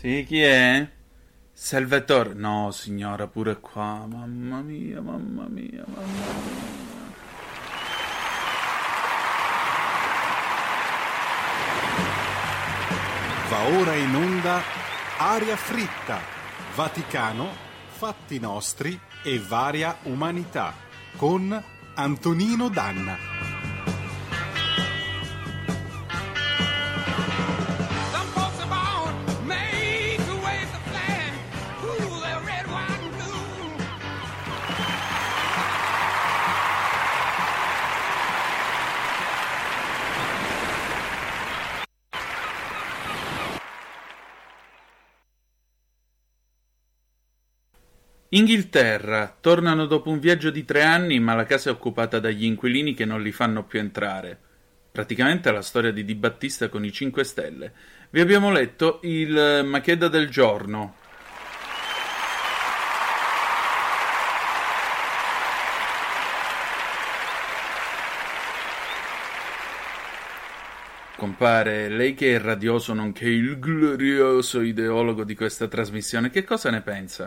Sì, chi è? Salvatore. No, signora, pure qua. Mamma mia, mamma mia, mamma mia. Va ora in onda Aria fritta, Vaticano, fatti nostri e varia umanità, con Antonino Danna. Inghilterra. Tornano dopo un viaggio di 3 anni, ma la casa è occupata dagli inquilini che non li fanno più entrare. Praticamente è la storia di Di Battista con i 5 Stelle. Vi abbiamo letto il Macheda del giorno. Compare, lei che è radioso nonché il glorioso ideologo di questa trasmissione, che cosa ne pensa?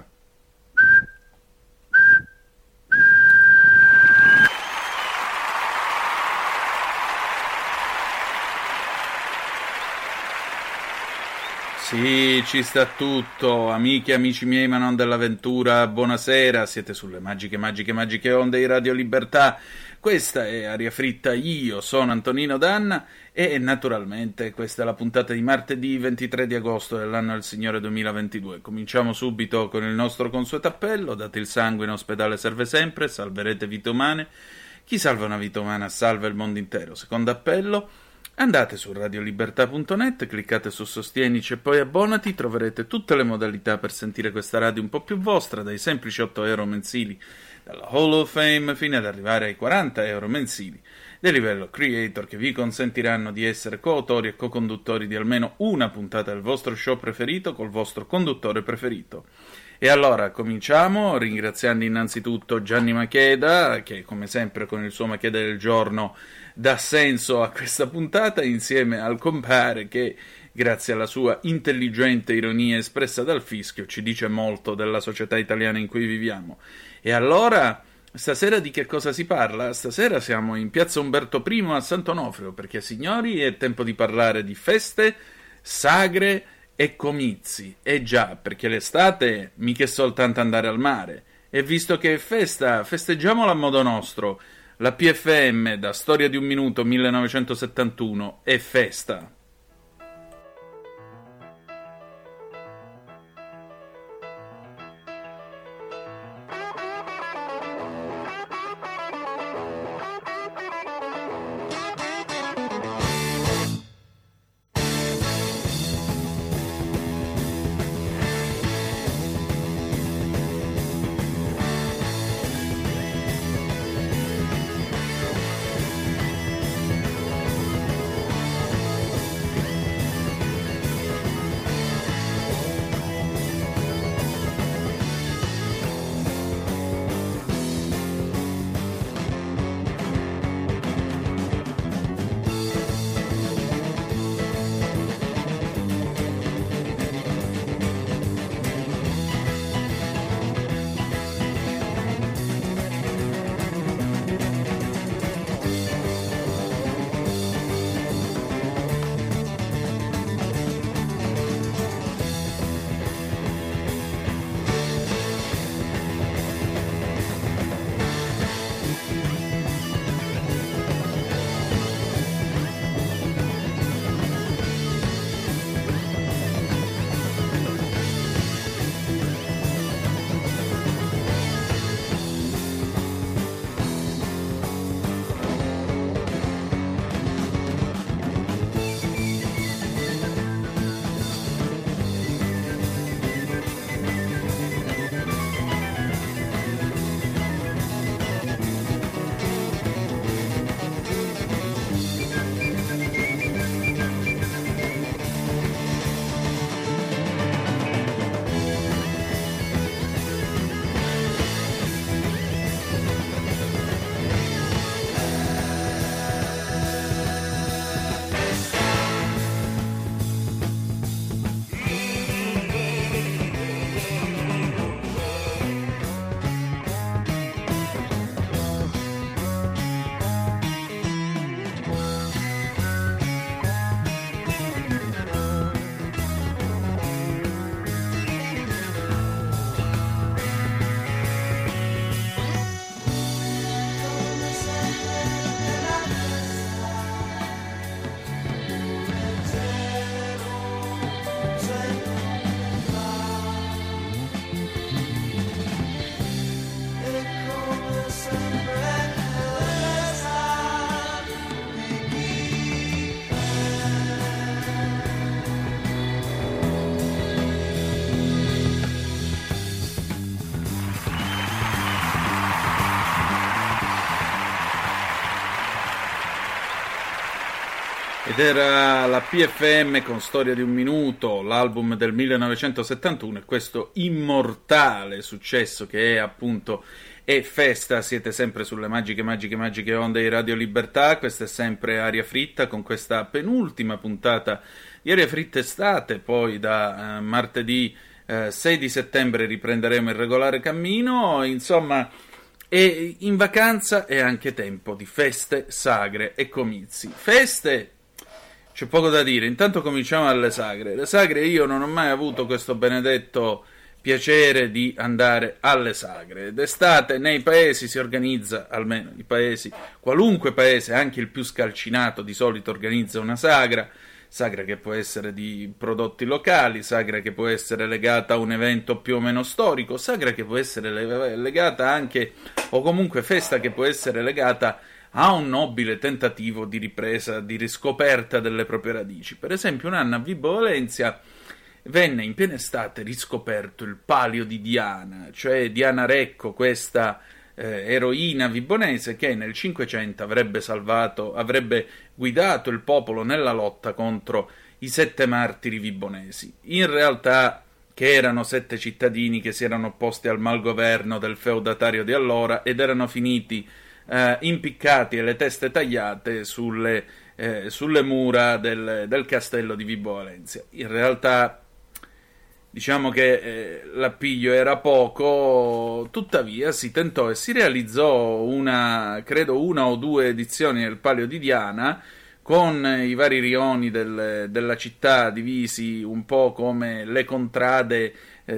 Sì, ci sta tutto, amiche e amici miei, ma non dell'avventura, buonasera, siete sulle magiche onde di Radio Libertà. Questa è Aria Fritta, io sono Antonino Danna e naturalmente questa è la puntata di martedì 23 di agosto dell'anno del Signore 2022. Cominciamo subito con il nostro consueto appello: date il sangue, in ospedale serve sempre, salverete vite umane. Chi salva una vita umana salva il mondo intero. Secondo appello: andate su radiolibertà.net, cliccate su Sostienici e poi abbonati, troverete tutte le modalità per sentire questa radio un po' più vostra, dai semplici 8 euro mensili dalla Hall of Fame fino ad arrivare ai 40 euro mensili del livello Creator, che vi consentiranno di essere coautori e co-conduttori di almeno una puntata del vostro show preferito col vostro conduttore preferito. E allora cominciamo ringraziando innanzitutto Gianni Macheda, che come sempre con il suo Macheda del giorno dà senso a questa puntata, insieme al compare che, grazie alla sua intelligente ironia espressa dal fischio, ci dice molto della società italiana in cui viviamo. E allora, stasera di che cosa si parla? Stasera siamo in piazza Umberto I a Sant'Onofrio, perché signori è tempo di parlare di feste, sagre e comizi. E già, perché l'estate mica è soltanto andare al mare. E visto che è festa, festeggiamola a modo nostro. La PFM, da Storia di un minuto 1971, è festa. Ed era la PFM con Storia di un minuto, l'album del 1971 e questo immortale successo che è appunto E Festa. Siete sempre sulle magiche onde di Radio Libertà, questa è sempre Aria Fritta con questa penultima puntata di Aria Fritta estate, poi da martedì 6 di settembre riprenderemo il regolare cammino, insomma. E in vacanza è anche tempo di feste, sagre e comizi. Feste, c'è poco da dire, intanto cominciamo dalle sagre. Le sagre, io non ho mai avuto questo benedetto piacere di andare alle sagre. D'estate nei paesi si organizza, almeno i paesi, qualunque paese, anche il più scalcinato, di solito organizza una sagra che può essere di prodotti locali, sagra che può essere legata a un evento più o meno storico, sagra che può essere legata anche, o comunque festa che può essere legata a un nobile tentativo di ripresa, di riscoperta delle proprie radici. Per esempio, un anno a Vibo Valentia venne in piena estate riscoperto il palio di Diana, cioè Diana Recco, questa eroina vibonese che nel 500 avrebbe guidato il popolo nella lotta contro i 7 martiri vibonesi. In realtà che erano 7 cittadini che si erano opposti al malgoverno del feudatario di allora ed erano finiti impiccati e le teste tagliate sulle mura del castello di Vibo Valentia. In realtà diciamo che l'appiglio era poco, tuttavia si tentò e si realizzò una o 2 edizioni del Palio di Diana con i vari rioni della città divisi un po' come le contrade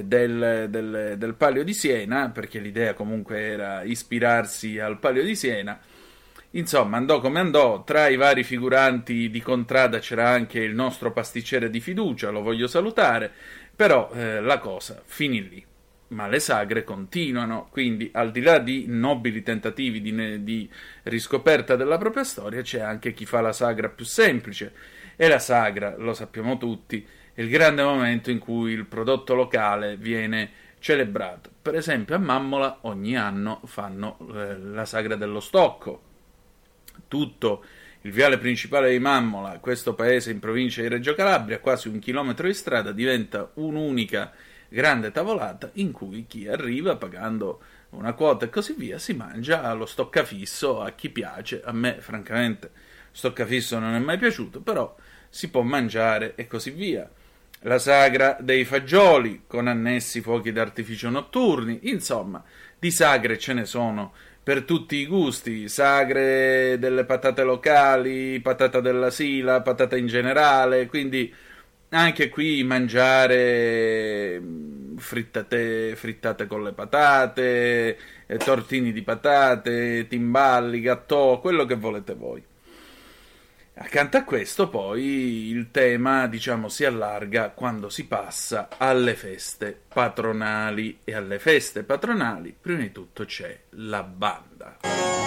del Palio di Siena, perché l'idea comunque era ispirarsi al Palio di Siena. Insomma, andò come andò, tra i vari figuranti di contrada c'era anche il nostro pasticcere di fiducia, lo voglio salutare, però la cosa finì lì. Ma le sagre continuano, quindi al di là di nobili tentativi di riscoperta della propria storia, c'è anche chi fa la sagra più semplice, e la sagra, lo sappiamo tutti, è il grande momento in cui il prodotto locale viene celebrato. Per esempio a Mammola ogni anno fanno la sagra dello stocco. Tutto il viale principale di Mammola, questo paese in provincia di Reggio Calabria, quasi 1 chilometro di strada, diventa un'unica grande tavolata in cui chi arriva pagando una quota e così via si mangia lo stoccafisso a chi piace. A me francamente stoccafisso non è mai piaciuto, però si può mangiare e così via. La sagra dei fagioli con annessi fuochi d'artificio notturni, insomma, di sagre ce ne sono per tutti i gusti, sagre delle patate locali, patata della Sila, patata in generale, quindi anche qui mangiare frittate con le patate, tortini di patate, timballi, gattò, quello che volete voi. Accanto a questo poi il tema, diciamo, si allarga quando si passa alle feste patronali, e alle feste patronali prima di tutto c'è la banda.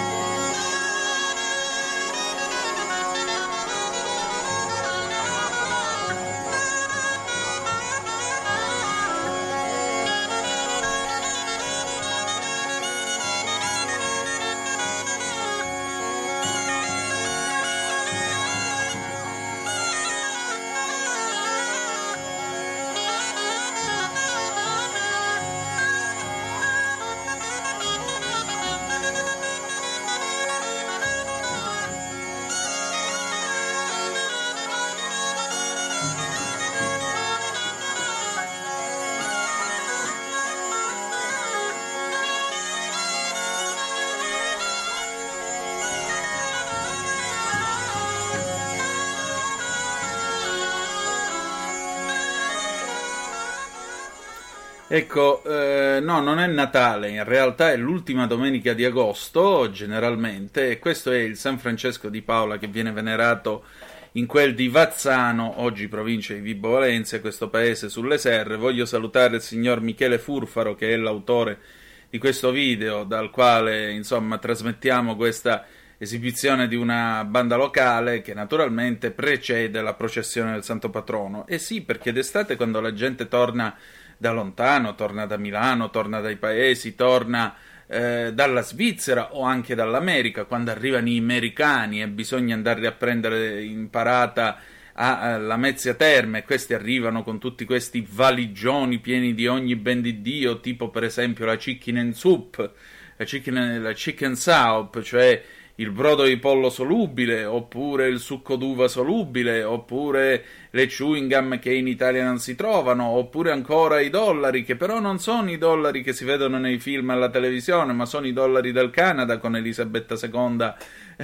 Ecco, no, non è Natale, in realtà è l'ultima domenica di agosto, generalmente, e questo è il San Francesco di Paola che viene venerato in quel di Vazzano, oggi provincia di Vibo Valentia, questo paese sulle serre. Voglio salutare il signor Michele Furfaro, che è l'autore di questo video, dal quale, insomma, trasmettiamo questa esibizione di una banda locale che naturalmente precede la processione del Santo Patrono. E sì, perché d'estate, quando la gente torna da lontano, torna da Milano, torna dai paesi, torna dalla Svizzera o anche dall'America, quando arrivano i americani e bisogna andarli a prendere in parata a Lamezia Terme, e questi arrivano con tutti questi valigioni pieni di ogni ben di Dio, tipo per esempio la chicken and soup, la chicken soup, cioè il brodo di pollo solubile, oppure il succo d'uva solubile, oppure le chewing gum che in Italia non si trovano, oppure ancora i dollari, che però non sono i dollari che si vedono nei film alla televisione, ma sono i dollari del Canada con Elisabetta II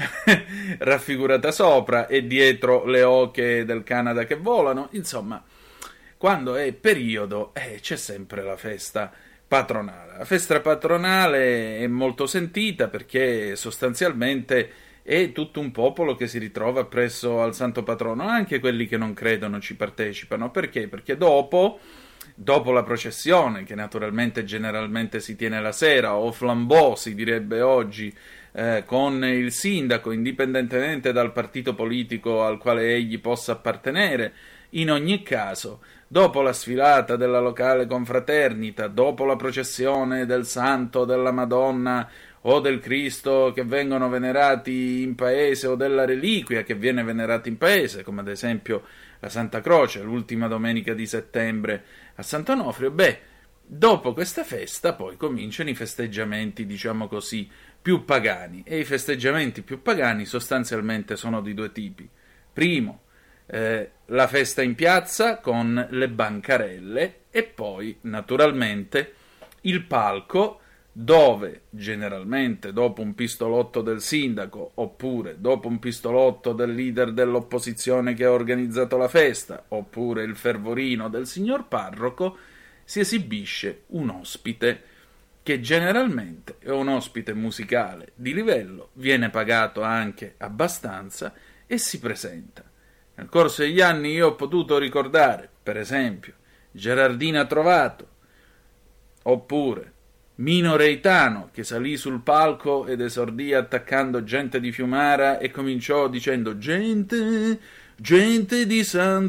raffigurata sopra e dietro le oche del Canada che volano. Insomma, quando è periodo c'è sempre la festa patronale. La festa patronale è molto sentita perché sostanzialmente è tutto un popolo che si ritrova presso al santo patrono, anche quelli che non credono ci partecipano. Perché? Perché dopo la processione, che naturalmente generalmente si tiene la sera, o flambeau si direbbe oggi, con il sindaco, indipendentemente dal partito politico al quale egli possa appartenere, in ogni caso, dopo la sfilata della locale confraternita, dopo la processione del santo, della Madonna o del Cristo che vengono venerati in paese, o della reliquia che viene venerata in paese, come ad esempio la Santa Croce, l'ultima domenica di settembre a Sant'Onofrio, dopo questa festa poi cominciano i festeggiamenti, diciamo così, più pagani, e i festeggiamenti più pagani sostanzialmente sono di due tipi. Primo, la festa in piazza con le bancarelle, e poi naturalmente il palco, dove generalmente dopo un pistolotto del sindaco, oppure dopo un pistolotto del leader dell'opposizione che ha organizzato la festa, oppure il fervorino del signor parroco, si esibisce un ospite che generalmente è un ospite musicale di livello, viene pagato anche abbastanza e si presenta. Nel corso degli anni io ho potuto ricordare, per esempio, Gerardina Trovato, oppure Mino Reitano, che salì sul palco ed esordì attaccando gente di Fiumara e cominciò dicendo gente di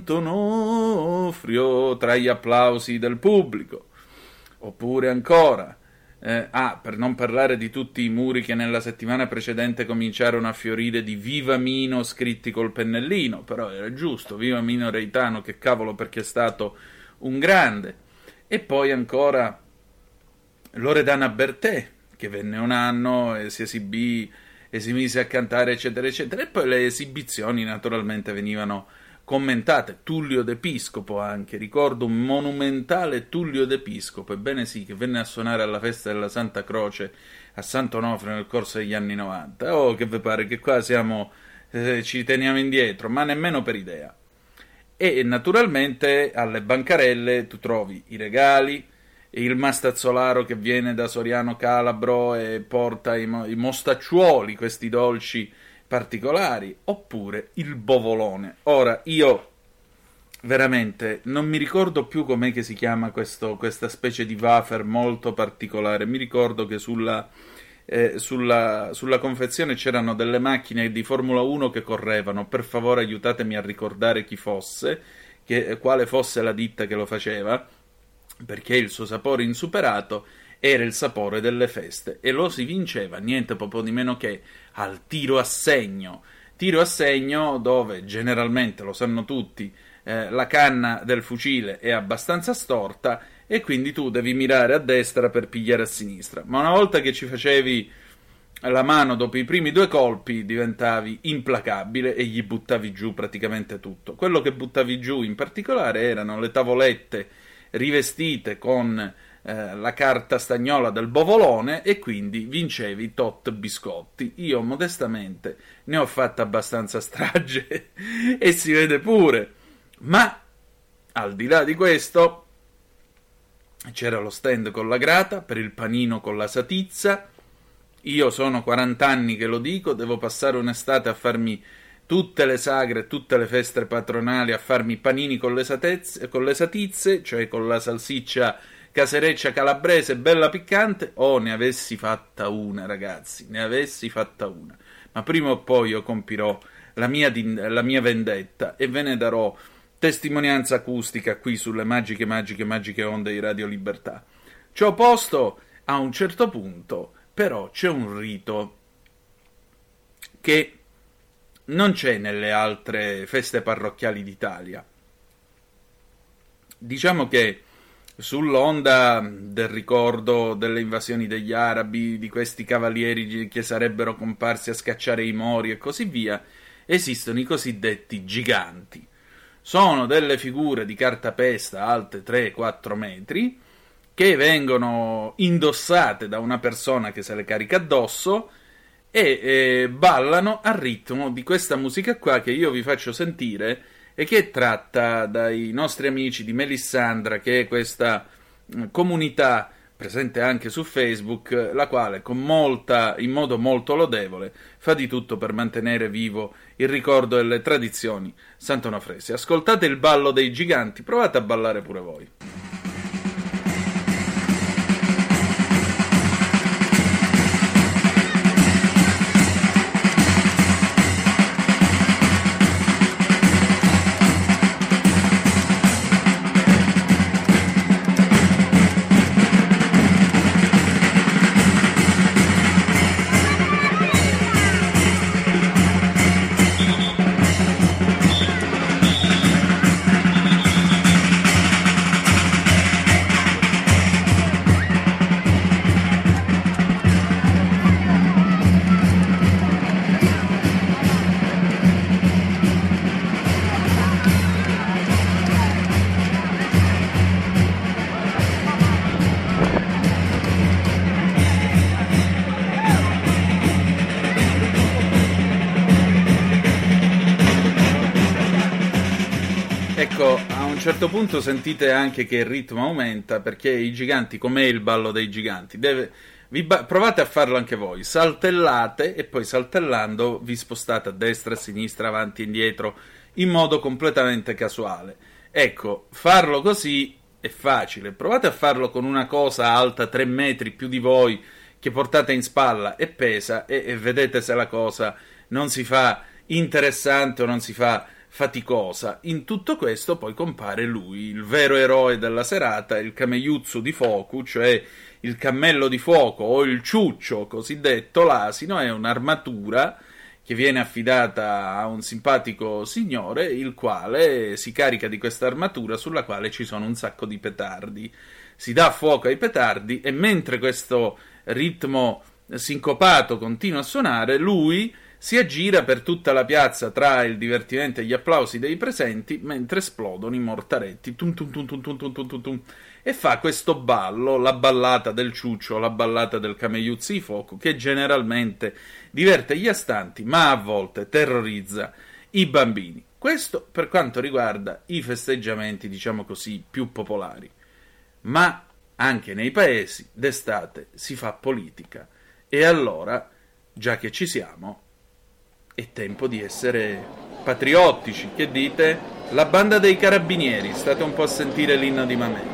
Sant'Onofrio, tra gli applausi del pubblico. Oppure ancora, per non parlare di tutti i muri che nella settimana precedente cominciarono a fiorire di Viva Mino scritti col pennellino, però era giusto, Viva Mino Reitano, che cavolo, perché è stato un grande. E poi ancora Loredana Bertè, che venne un anno e si mise a cantare, eccetera, eccetera. E poi le esibizioni naturalmente venivano commentate. Tullio d'Episcopo anche, ricordo un monumentale Tullio d'Episcopo, ebbene sì, che venne a suonare alla festa della Santa Croce a Sant'Onofrio nel corso degli anni 90. Oh, che vi pare che qua ci teniamo indietro, ma nemmeno per idea. E naturalmente alle bancarelle tu trovi i regali, il mastazzolaro che viene da Soriano Calabro e porta i mostacciuoli, questi dolci particolari, oppure il bovolone. Ora, io veramente non mi ricordo più com'è che si chiama questa specie di wafer molto particolare. Mi ricordo che sulla confezione c'erano delle macchine di Formula 1 che correvano. Per favore aiutatemi a ricordare chi fosse, quale fosse la ditta che lo faceva, perché il suo sapore insuperato era il sapore delle feste, e lo si vinceva niente proprio di meno che al tiro a segno dove generalmente, lo sanno tutti, la canna del fucile è abbastanza storta e quindi tu devi mirare a destra per pigliare a sinistra, ma una volta che ci facevi la mano dopo i primi due colpi diventavi implacabile e gli buttavi giù praticamente tutto. Quello che buttavi giù in particolare erano le tavolette rivestite con la carta stagnola del bovolone, e quindi vincevi tot biscotti. Io modestamente ne ho fatta abbastanza strage e si vede pure, ma al di là di questo c'era lo stand con la grata per il panino con la satizza. Io sono 40 anni che lo dico, devo passare un'estate a farmi tutte le sagre, tutte le feste patronali, a farmi panini con le satizze, cioè con la salsiccia casereccia calabrese bella piccante. Ne avessi fatta una, ragazzi, ne avessi fatta una. Ma prima o poi io compirò la mia vendetta e ve ne darò testimonianza acustica qui sulle magiche onde di Radio Libertà. Ciò posto, a un certo punto però c'è un rito che non c'è nelle altre feste parrocchiali d'Italia. Diciamo che sull'onda del ricordo delle invasioni degli arabi, di questi cavalieri che sarebbero comparsi a scacciare i mori e così via, esistono i cosiddetti giganti. Sono delle figure di cartapesta alte 3-4 metri che vengono indossate da una persona che se le carica addosso e ballano al ritmo di questa musica qua che io vi faccio sentire e che è tratta dai nostri amici di Melissandra, che è questa comunità presente anche su Facebook, la quale in modo molto lodevole fa di tutto per mantenere vivo il ricordo delle tradizioni santonofresi. Ascoltate il ballo dei giganti, provate a ballare pure voi. Ecco, a un certo punto sentite anche che il ritmo aumenta, perché i giganti, com'è il ballo dei giganti? Provate a farlo anche voi, saltellate e poi saltellando vi spostate a destra, a sinistra, avanti e indietro in modo completamente casuale. Ecco, farlo così è facile, provate a farlo con una cosa alta 3 metri più di voi che portate in spalla e pesa e vedete se la cosa non si fa interessante o non si fa faticosa. In tutto questo poi compare lui, il vero eroe della serata, il Kameyutsu di Foku, cioè il cammello di fuoco o il ciuccio cosiddetto. L'asino è un'armatura che viene affidata a un simpatico signore, il quale si carica di questa armatura sulla quale ci sono un sacco di petardi. Si dà fuoco ai petardi e mentre questo ritmo sincopato continua a suonare, lui si aggira per tutta la piazza tra il divertimento e gli applausi dei presenti mentre esplodono i mortaretti tum tum tum tum tum tum tum tum tum, e fa questo ballo, la ballata del ciuccio, la ballata del Kameyutsu di fuoco, che generalmente diverte gli astanti ma a volte terrorizza i bambini. Questo per quanto riguarda i festeggiamenti, diciamo così, più popolari. Ma anche nei paesi d'estate si fa politica e allora, già che ci siamo, è tempo di essere patriottici. Che dite? La banda dei carabinieri, state un po' a sentire l'inno di Mameli.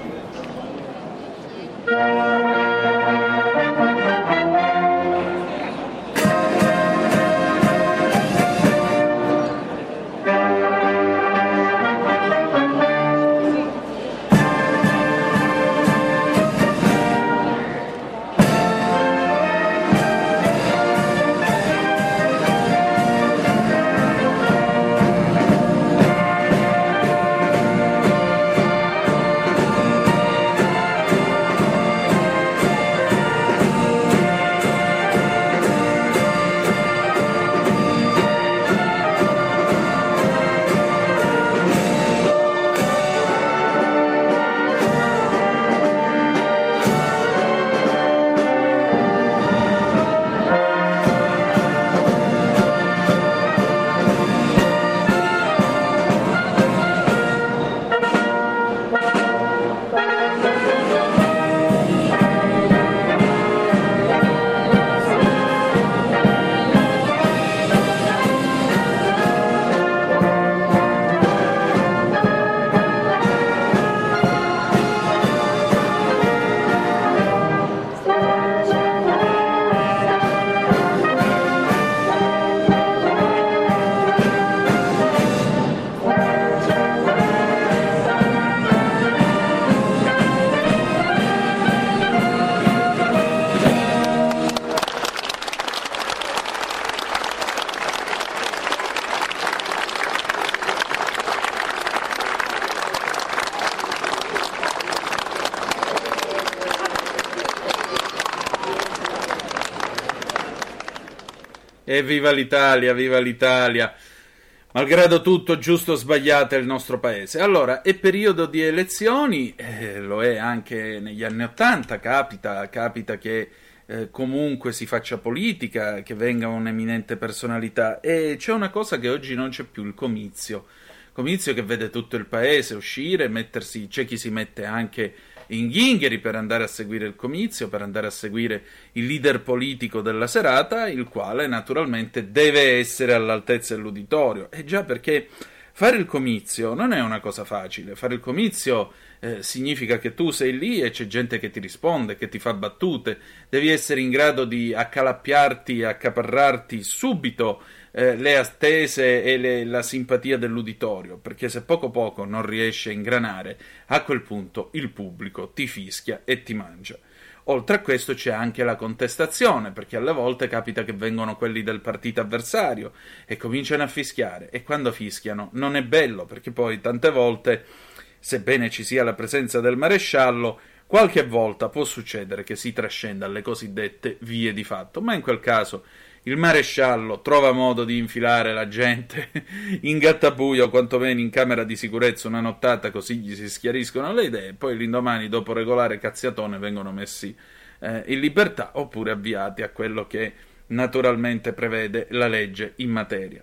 E viva l'Italia, viva l'Italia! Malgrado tutto, giusto o sbagliato è il nostro paese. Allora, è periodo di elezioni, lo è anche negli anni '80, capita che comunque si faccia politica, che venga un'eminente personalità, e c'è una cosa che oggi non c'è più, il comizio che vede tutto il paese uscire, mettersi, c'è chi si mette anche in ghingheri per andare a seguire il comizio, per andare a seguire il leader politico della serata, il quale naturalmente deve essere all'altezza dell'uditorio. E già, perché fare il comizio non è una cosa facile. Fare il comizio significa che tu sei lì e c'è gente che ti risponde, che ti fa battute, devi essere in grado di accalappiarti, accaparrarti subito le attese e la simpatia dell'uditorio, perché se poco non riesci a ingranare, a quel punto il pubblico ti fischia e ti mangia. Oltre a questo c'è anche la contestazione, perché alle volte capita che vengono quelli del partito avversario e cominciano a fischiare, e quando fischiano non è bello, perché poi tante volte, sebbene ci sia la presenza del maresciallo, qualche volta può succedere che si trascenda alle cosiddette vie di fatto, ma in quel caso il maresciallo trova modo di infilare la gente in gattabuio, quantomeno in camera di sicurezza una nottata, così gli si schiariscono le idee, e poi l'indomani, dopo regolare cazziatone, vengono messi in libertà oppure avviati a quello che naturalmente prevede la legge in materia.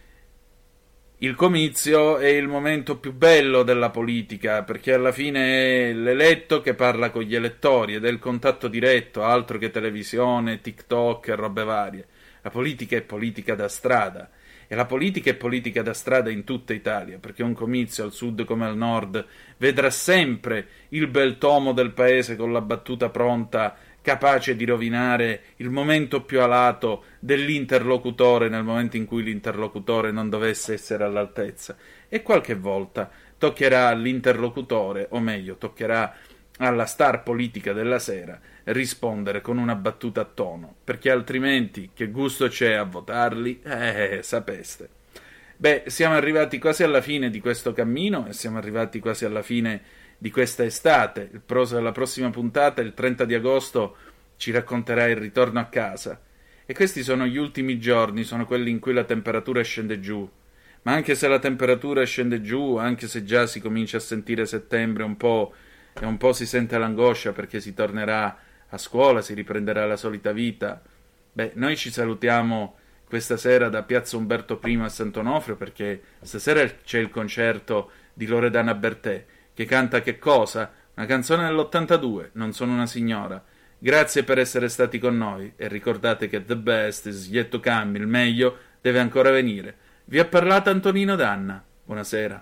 Il comizio è il momento più bello della politica, perché alla fine è l'eletto che parla con gli elettori ed è il contatto diretto, altro che televisione, TikTok e robe varie. La politica è politica da strada, e la politica è politica da strada in tutta Italia, perché un comizio al sud come al nord vedrà sempre il bel tomo del paese con la battuta pronta, capace di rovinare il momento più alato dell'interlocutore nel momento in cui l'interlocutore non dovesse essere all'altezza, e qualche volta toccherà all'interlocutore, o meglio toccherà alla star politica della sera, rispondere con una battuta a tono, perché altrimenti che gusto c'è a votarli? Sapeste. Beh, siamo arrivati quasi alla fine di questo cammino e siamo arrivati quasi alla fine di questa estate. La prossima puntata, il 30 di agosto, ci racconterà il ritorno a casa, e questi sono gli ultimi giorni, sono quelli in cui la temperatura scende giù. Ma anche se la temperatura scende giù, anche se già si comincia a sentire settembre e un po' si sente l'angoscia perché si tornerà a scuola, si riprenderà la solita vita, beh, noi ci salutiamo questa sera da Piazza Umberto I a Sant'Onofrio, perché stasera c'è il concerto di Loredana Bertè, che canta che cosa? Una canzone dell'82, Non sono una signora. Grazie per essere stati con noi, e ricordate che the best is yet to come, il meglio deve ancora venire. Vi ha parlato Antonino Danna. Buonasera.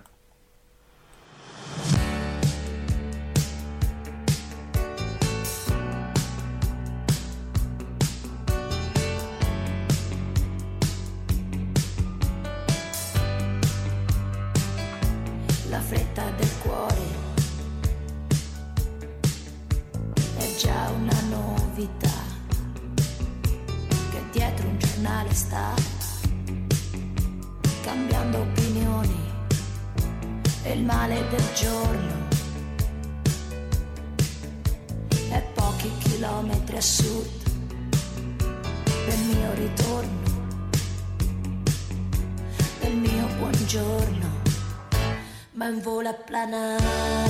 La fretta del cuore è già una novità, che dietro un giornale sta cambiando opinioni, e il male del giorno è pochi chilometri a sud del mio ritorno, del mio buongiorno, ma in volo a planare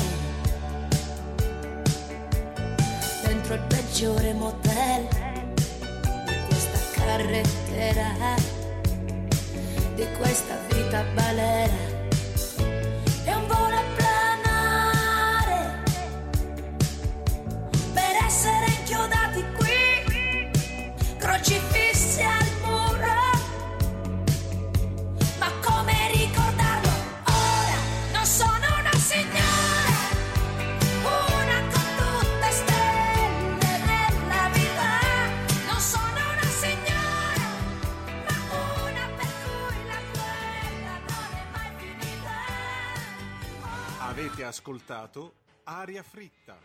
dentro il peggiore motel di questa carrettera, di questa vita balera. È un volo a planare per essere inchiodati qui, crocifissi al muro, ma come ricordarlo ora? Non sono una signora, una con tutte stelle nella vita. Non sono una signora, ma una per cui la guerra non è mai finita. Avete ascoltato Aria Fritta.